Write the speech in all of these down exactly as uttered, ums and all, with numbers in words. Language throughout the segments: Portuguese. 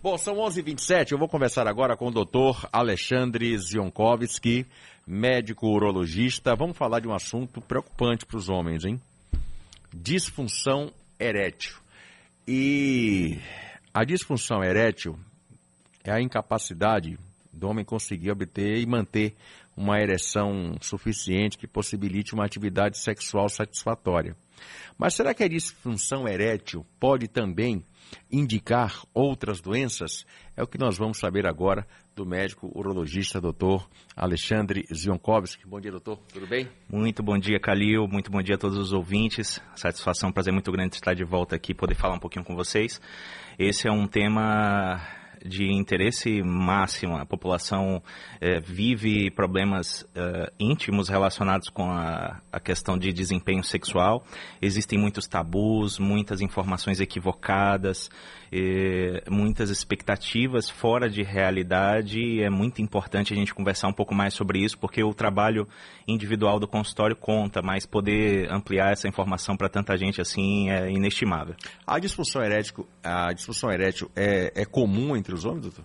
Bom, são onze e vinte e sete, eu vou conversar agora com o doutor Alexandre Zionkovski, médico urologista. Vamos falar de um assunto preocupante para os homens, hein? Disfunção erétil. E a disfunção erétil é a incapacidade do homem conseguir obter e manter uma ereção suficiente que possibilite uma atividade sexual satisfatória. Mas será que a disfunção erétil pode também indicar outras doenças? É o que nós vamos saber agora do médico urologista doutor Alexandre Zionkovski. Bom dia, doutor. Tudo bem? Muito bom dia, Calil. Muito bom dia a todos os ouvintes. Satisfação, prazer muito grande estar de volta aqui e poder falar um pouquinho com vocês. Esse é um tema de interesse máximo. A população é, vive problemas é, íntimos relacionados com a, a questão de desempenho sexual. Existem muitos tabus, muitas informações equivocadas, é, muitas expectativas fora de realidade. É muito importante a gente conversar um pouco mais sobre isso, porque o trabalho individual do consultório conta, mas poder ampliar essa informação para tanta gente assim é inestimável. A disfunção erétil, a disfunção erétil é, é comum entre os homens, doutor?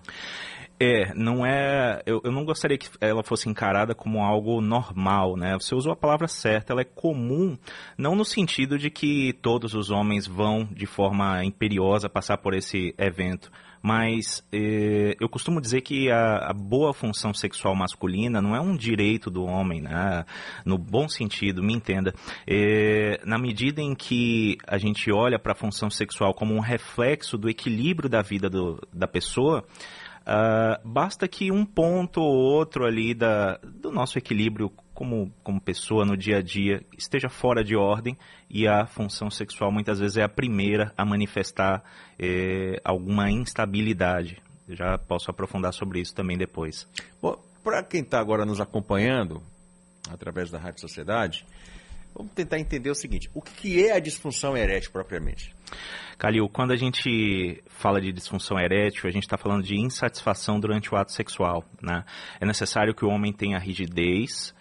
É, não é, eu, eu não gostaria que ela fosse encarada como algo normal, né? Você usou a palavra certa, ela é comum, não no sentido de que todos os homens vão de forma imperiosa passar por esse evento, mas eh, eu costumo dizer que a, a boa função sexual masculina não é um direito do homem, né? No bom sentido, me entenda. Eh, na medida em que a gente olha para a função sexual como um reflexo do equilíbrio da vida do, da pessoa, Uh, basta que um ponto ou outro ali da, do nosso equilíbrio como, como pessoa no dia a dia esteja fora de ordem e a função sexual muitas vezes é a primeira a manifestar eh, alguma instabilidade. Eu já posso aprofundar sobre isso também depois. Bom, para quem está agora nos acompanhando através da Rádio Sociedade, vamos tentar entender o seguinte: o que é a disfunção erétil propriamente? Calil, quando a gente fala de disfunção erétil, a gente está falando de insatisfação durante o ato sexual, né? É necessário que o homem tenha rigidez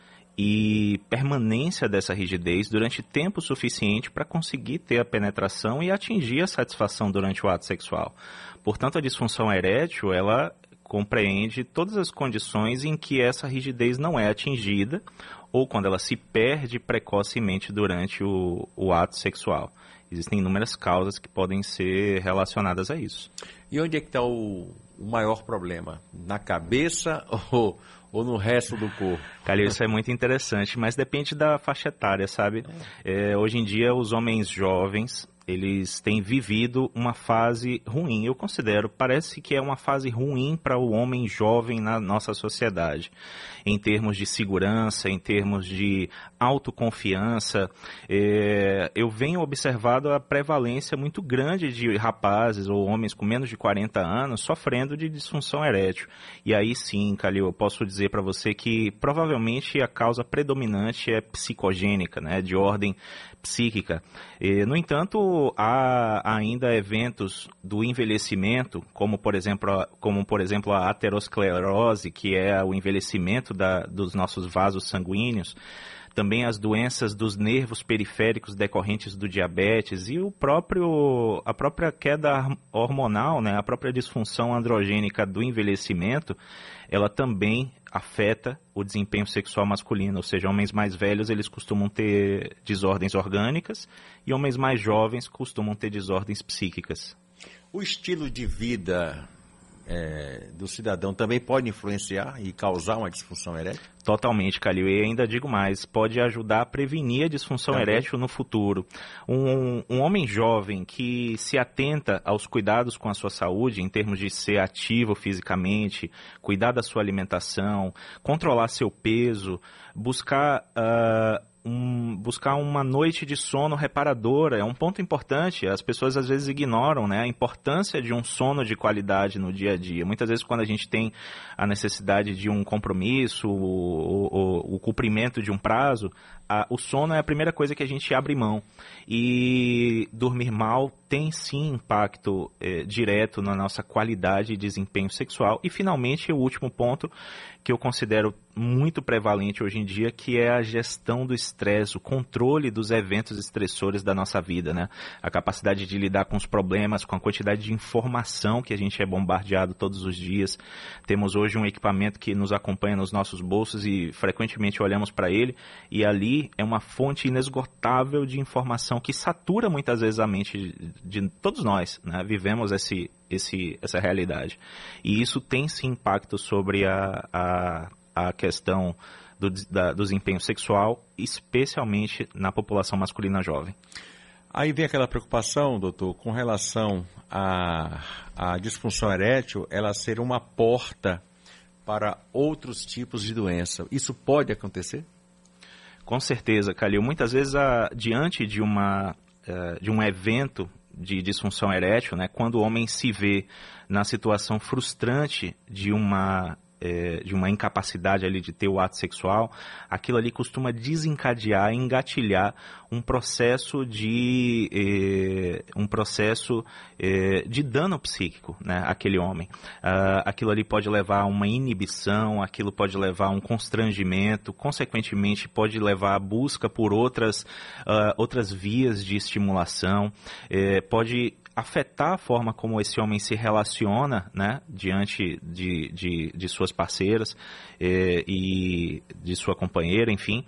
e permanência dessa rigidez durante tempo suficiente para conseguir ter a penetração e atingir a satisfação durante o ato sexual. Portanto, a disfunção erétil, ela compreende todas as condições em que essa rigidez não é atingida ou quando ela se perde precocemente durante o, o ato sexual. Existem inúmeras causas que podem ser relacionadas a isso. E onde é que está o, o maior problema? Na cabeça ou, ou no resto do corpo? Calil, isso é muito interessante, mas depende da faixa etária, sabe? É, hoje em dia, os homens jovens, eles têm vivido uma fase ruim, eu considero, parece que é uma fase ruim para o homem jovem na nossa sociedade, em termos de segurança, em termos de autoconfiança. É, eu venho observado a prevalência muito grande de rapazes ou homens com menos de quarenta anos sofrendo de disfunção erétil. E aí sim, Calil, eu posso dizer para você que provavelmente a causa predominante é psicogênica, né, de ordem psíquica. E, no entanto, há ainda eventos do envelhecimento, como por exemplo, como, por exemplo a aterosclerose, que é o envelhecimento da, dos nossos vasos sanguíneos, também as doenças dos nervos periféricos decorrentes do diabetes e o próprio, a própria queda hormonal, né, a própria disfunção androgênica do envelhecimento, ela também afeta o desempenho sexual masculino, ou seja, homens mais velhos eles costumam ter desordens orgânicas e homens mais jovens costumam ter desordens psíquicas. O estilo de vida é, do cidadão também pode influenciar e causar uma disfunção erétil? Totalmente, Calil. E ainda digo mais, pode ajudar a prevenir a disfunção também erétil no futuro. Um, um homem jovem que se atenta aos cuidados com a sua saúde, em termos de ser ativo fisicamente, cuidar da sua alimentação, controlar seu peso, buscar... Uh, Um, buscar uma noite de sono reparadora, é um ponto importante. As pessoas às vezes ignoram, né, a importância de um sono de qualidade no dia a dia. Muitas vezes quando a gente tem a necessidade de um compromisso, o, o, o cumprimento de um prazo, a, o sono é a primeira coisa que a gente abre mão. E dormir mal tem sim impacto eh, direto na nossa qualidade e desempenho sexual. E finalmente o último ponto que eu considero muito prevalente hoje em dia, que é a gestão do estresse, o controle dos eventos estressores da nossa vida, né? A capacidade de lidar com os problemas, com a quantidade de informação que a gente é bombardeado todos os dias. Temos hoje um equipamento que nos acompanha nos nossos bolsos e frequentemente olhamos para ele, e ali é uma fonte inesgotável de informação que satura muitas vezes a mente de, de todos nós, né? Vivemos esse, esse, essa realidade. E isso tem sim impacto sobre a, a, a questão do, da, do desempenho sexual, especialmente na população masculina jovem. Aí vem aquela preocupação, doutor, com relação à, à disfunção erétil, ela ser uma porta para outros tipos de doença. Isso pode acontecer? Com certeza, Calil. Muitas vezes, a, diante de, uma, uh, de um evento de disfunção erétil, né, quando o homem se vê na situação frustrante de uma, é, de uma incapacidade ali de ter o ato sexual, aquilo ali costuma desencadear, engatilhar um processo de, é, um processo, é, de dano psíquico, né, àquele homem. Uh, aquilo ali pode levar a uma inibição, aquilo pode levar a um constrangimento, consequentemente pode levar à busca por outras, uh, outras vias de estimulação, é, pode afetar a forma como esse homem se relaciona, né, diante de, de, de suas parceiras eh, e de sua companheira, enfim,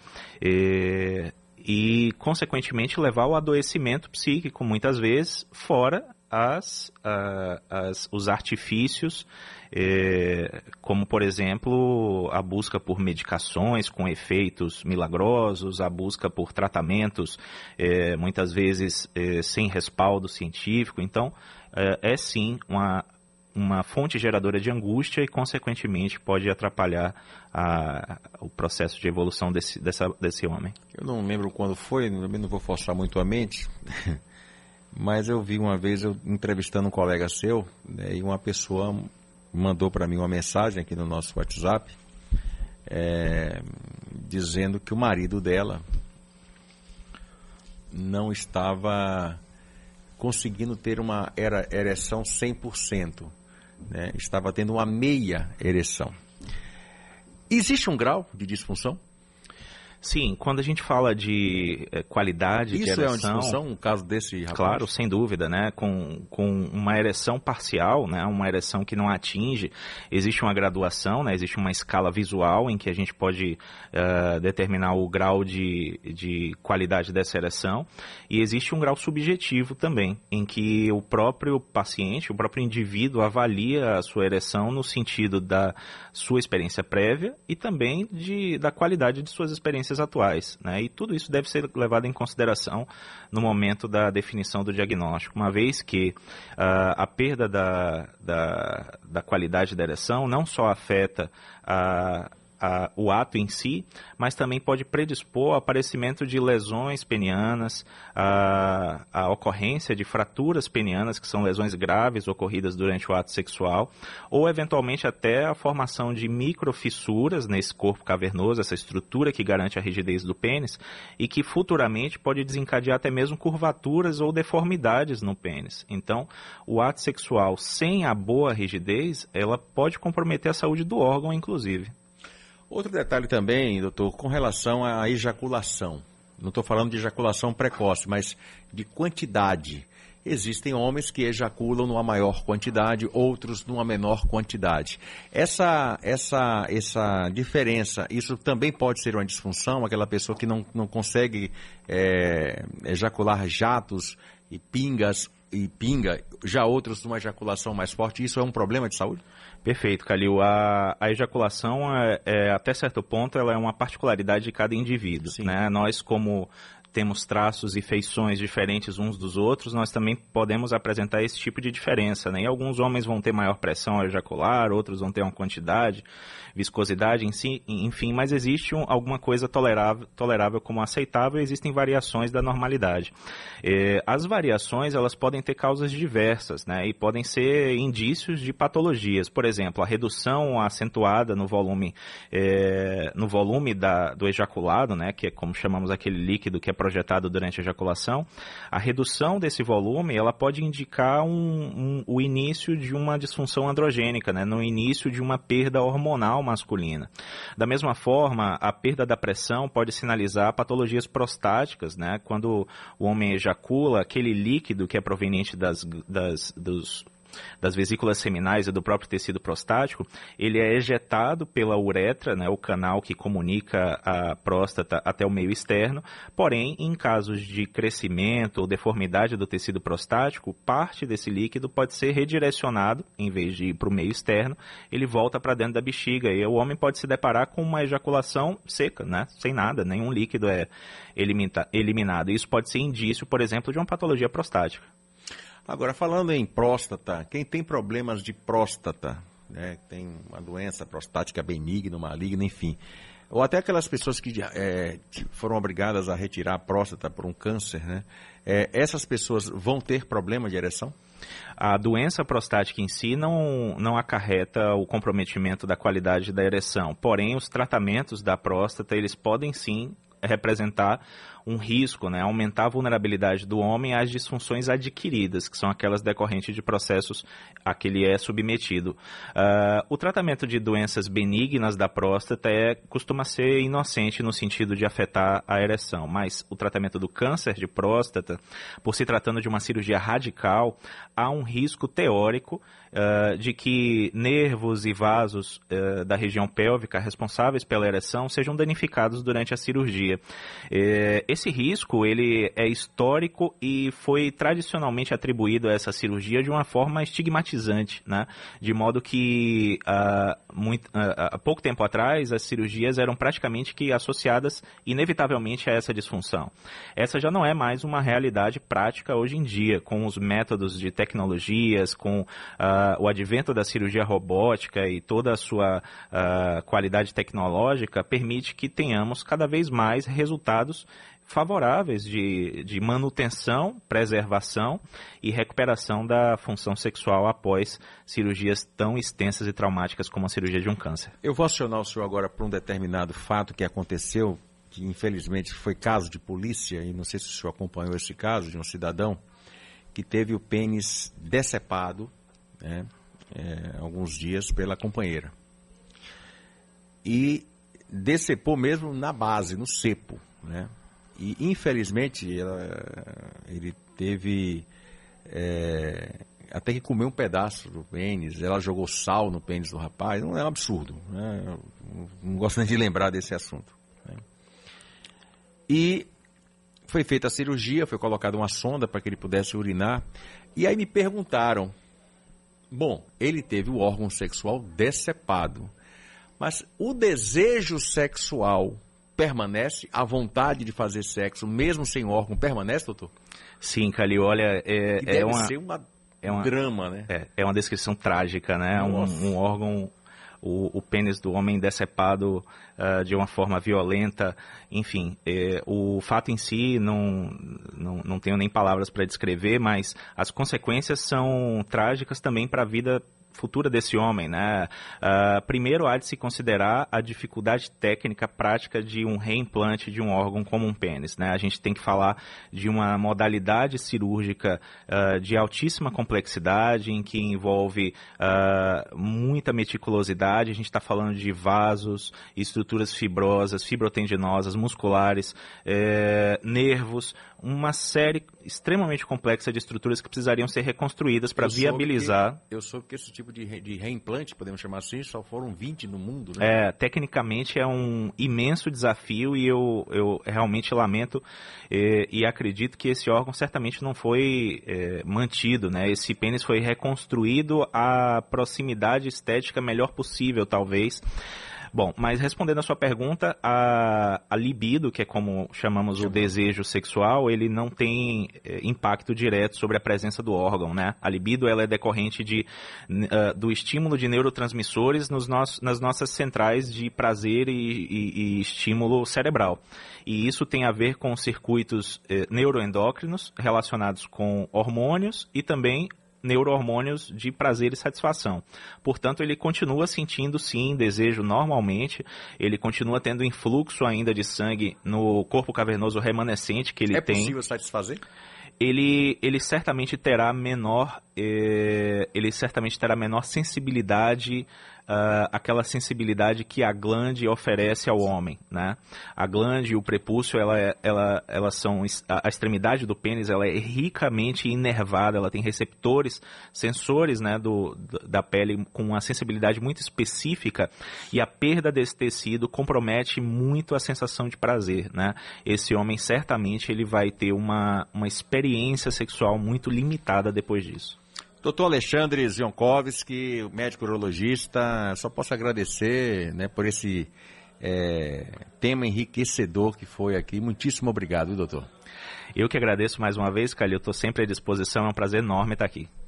eh, e, consequentemente, levar ao adoecimento psíquico, muitas vezes, fora as, a, as, os artifícios, é, como, por exemplo, a busca por medicações com efeitos milagrosos, a busca por tratamentos, é, muitas vezes, é, sem respaldo científico. Então, é, é sim uma, uma fonte geradora de angústia e, consequentemente, pode atrapalhar a, o processo de evolução desse, dessa, desse homem. Eu não lembro quando foi, não vou forçar muito a mente, mas eu vi uma vez, eu entrevistando um colega seu, né, e uma pessoa mandou para mim uma mensagem aqui no nosso WhatsApp, é, dizendo que o marido dela não estava conseguindo ter uma era, ereção cem por cento, né? Estava tendo uma meia ereção. Existe um grau de disfunção? Sim, quando a gente fala de é, qualidade Isso de ereção... Isso é uma disfunção, um caso desse rapaz? Claro, sem dúvida, né? Com, com uma ereção parcial, né? Uma ereção que não atinge, existe uma graduação, né? Existe uma escala visual em que a gente pode uh, determinar o grau de, de qualidade dessa ereção, e existe um grau subjetivo também, em que o próprio paciente, o próprio indivíduo avalia a sua ereção no sentido da sua experiência prévia e também de, da qualidade de suas experiências atuais, né? E tudo isso deve ser levado em consideração no momento da definição do diagnóstico, uma vez que uh, a perda da, da, da qualidade da ereção não só afeta a A, o ato em si, mas também pode predispor ao aparecimento de lesões penianas, a, a ocorrência de fraturas penianas, que são lesões graves ocorridas durante o ato sexual, ou eventualmente até a formação de microfissuras nesse corpo cavernoso, essa estrutura que garante a rigidez do pênis, e que futuramente pode desencadear até mesmo curvaturas ou deformidades no pênis. Então, o ato sexual sem a boa rigidez, ela pode comprometer a saúde do órgão, inclusive. Outro detalhe também, doutor, com relação à ejaculação. Não estou falando de ejaculação precoce, mas de quantidade. Existem homens que ejaculam numa maior quantidade, outros numa menor quantidade. Essa, essa, essa diferença, isso também pode ser uma disfunção, aquela pessoa que não, não consegue é, ejacular jatos e pingas, e pinga, já outros numa ejaculação mais forte. Isso é um problema de saúde? Perfeito, Calil. A, a ejaculação, é, é, até certo ponto, ela é uma particularidade de cada indivíduo, né? Nós, como temos traços e feições diferentes uns dos outros, nós também podemos apresentar esse tipo de diferença, né? E alguns homens vão ter maior pressão ao ejacular, outros vão ter uma quantidade, viscosidade em si, enfim, mas existe um, alguma coisa tolerável, tolerável como aceitável, e existem variações da normalidade. É, as variações, elas podem ter causas diversas, né? E podem ser indícios de patologias. Por exemplo, a redução acentuada no volume, é, no volume da, do ejaculado, né? Que é como chamamos aquele líquido que é projetado durante a ejaculação, a redução desse volume, ela pode indicar um, um, o início de uma disfunção androgênica, né? No início de uma perda hormonal masculina. Da mesma forma, a perda da pressão pode sinalizar patologias prostáticas, né? Quando o homem ejacula, aquele líquido que é proveniente das, das, dos das vesículas seminais e do próprio tecido prostático, ele é ejetado pela uretra, né, o canal que comunica a próstata até o meio externo, porém, em casos de crescimento ou deformidade do tecido prostático, parte desse líquido pode ser redirecionado, em vez de ir para o meio externo, ele volta para dentro da bexiga e o homem pode se deparar com uma ejaculação seca, né, sem nada, nenhum líquido é eliminado. Isso pode ser indício, por exemplo, de uma patologia prostática. Agora, falando em próstata, quem tem problemas de próstata, né, tem uma doença prostática benigna, maligna, enfim, ou até aquelas pessoas que é, foram obrigadas a retirar a próstata por um câncer, né, é, essas pessoas vão ter problema de ereção? A doença prostática em si não, não acarreta o comprometimento da qualidade da ereção, porém os tratamentos da próstata, eles podem sim representar um risco, né, aumentar a vulnerabilidade do homem às disfunções adquiridas, que são aquelas decorrentes de processos a que ele é submetido. Uh, o tratamento de doenças benignas da próstata é, costuma ser inocente no sentido de afetar a ereção, mas o tratamento do câncer de próstata, por se tratando de uma cirurgia radical, há um risco teórico uh, de que nervos e vasos uh, da região pélvica responsáveis pela ereção sejam danificados durante a cirurgia. Uh, Esse risco, ele é histórico e foi tradicionalmente atribuído a essa cirurgia de uma forma estigmatizante, né? De modo que, uh, muito, uh, há pouco tempo atrás, as cirurgias eram praticamente que associadas inevitavelmente a essa disfunção. Essa já não é mais uma realidade prática hoje em dia, com os métodos de tecnologias, com uh, o advento da cirurgia robótica e toda a sua uh, qualidade tecnológica, permite que tenhamos cada vez mais resultados favoráveis de, de manutenção, preservação e recuperação da função sexual após cirurgias tão extensas e traumáticas como a cirurgia de um câncer. Eu vou acionar o senhor agora para um determinado fato que aconteceu, que infelizmente foi caso de polícia, e não sei se o senhor acompanhou esse caso, de um cidadão que teve o pênis decepado, né, é, alguns dias pela companheira. E decepou mesmo na base, no cepo, né? E, infelizmente, ela, ele teve é, até que comer um pedaço do pênis. Ela jogou sal no pênis do rapaz. Não é um absurdo, né? Eu não gosto nem de lembrar desse assunto, né? E foi feita a cirurgia, foi colocada uma sonda para que ele pudesse urinar. E aí me perguntaram, bom, ele teve o órgão sexual decepado, mas o desejo sexual permanece? A vontade de fazer sexo, mesmo sem órgão, permanece, doutor? Sim, Calil, olha, é, deve é uma... ser uma, é uma drama, né? É, é uma descrição trágica, né? Um, um órgão, o, o pênis do homem decepado uh, de uma forma violenta, enfim. É, o fato em si, não, não, não tenho nem palavras para descrever, mas as consequências são trágicas também para a vida futura desse homem, né? Uh, primeiro há de se considerar a dificuldade técnica prática de um reimplante de um órgão como um pênis, né? A gente tem que falar de uma modalidade cirúrgica uh, de altíssima complexidade, em que envolve uh, muita meticulosidade. A gente está falando de vasos, estruturas fibrosas, fibrotendinosas, musculares, eh, nervos, uma série extremamente complexa de estruturas que precisariam ser reconstruídas para viabilizar... Que, eu soube que esse tipo de, de reimplante, podemos chamar assim, só foram vinte no mundo, né? É, tecnicamente é um imenso desafio e eu, eu realmente lamento eh, e acredito que esse órgão certamente não foi eh, mantido, né? Esse pênis foi reconstruído à proximidade estética melhor possível, talvez. Bom, mas respondendo a sua pergunta, a, a libido, que é como chamamos Chama. o desejo sexual, ele não tem é, impacto direto sobre a presença do órgão, né? A libido, ela é decorrente de, uh, do estímulo de neurotransmissores nos nossos, nas nossas centrais de prazer e, e, e estímulo cerebral. E isso tem a ver com circuitos eh, neuroendócrinos relacionados com hormônios e também neurohormônios de prazer e satisfação. Portanto, ele continua sentindo, sim, desejo normalmente, ele continua tendo influxo ainda de sangue no corpo cavernoso remanescente que ele é tem. É possível satisfazer? Ele, ele certamente terá menor, eh, ele certamente terá menor sensibilidade, uh, aquela sensibilidade que a glande oferece ao homem, né? A glande e o prepúcio, ela, ela, elas são, a extremidade do pênis, ela é ricamente inervada, ela tem receptores, sensores, né, do, da pele com uma sensibilidade muito específica, e a perda desse tecido compromete muito a sensação de prazer, né? Esse homem certamente ele vai ter uma, uma experiência sexual muito limitada depois disso. doutor Alexandre Zionkovski, médico urologista, só posso agradecer, né, por esse é, tema enriquecedor que foi aqui. Muitíssimo obrigado, doutor. Eu que agradeço mais uma vez, Calil, eu estou sempre à disposição, é um prazer enorme estar aqui.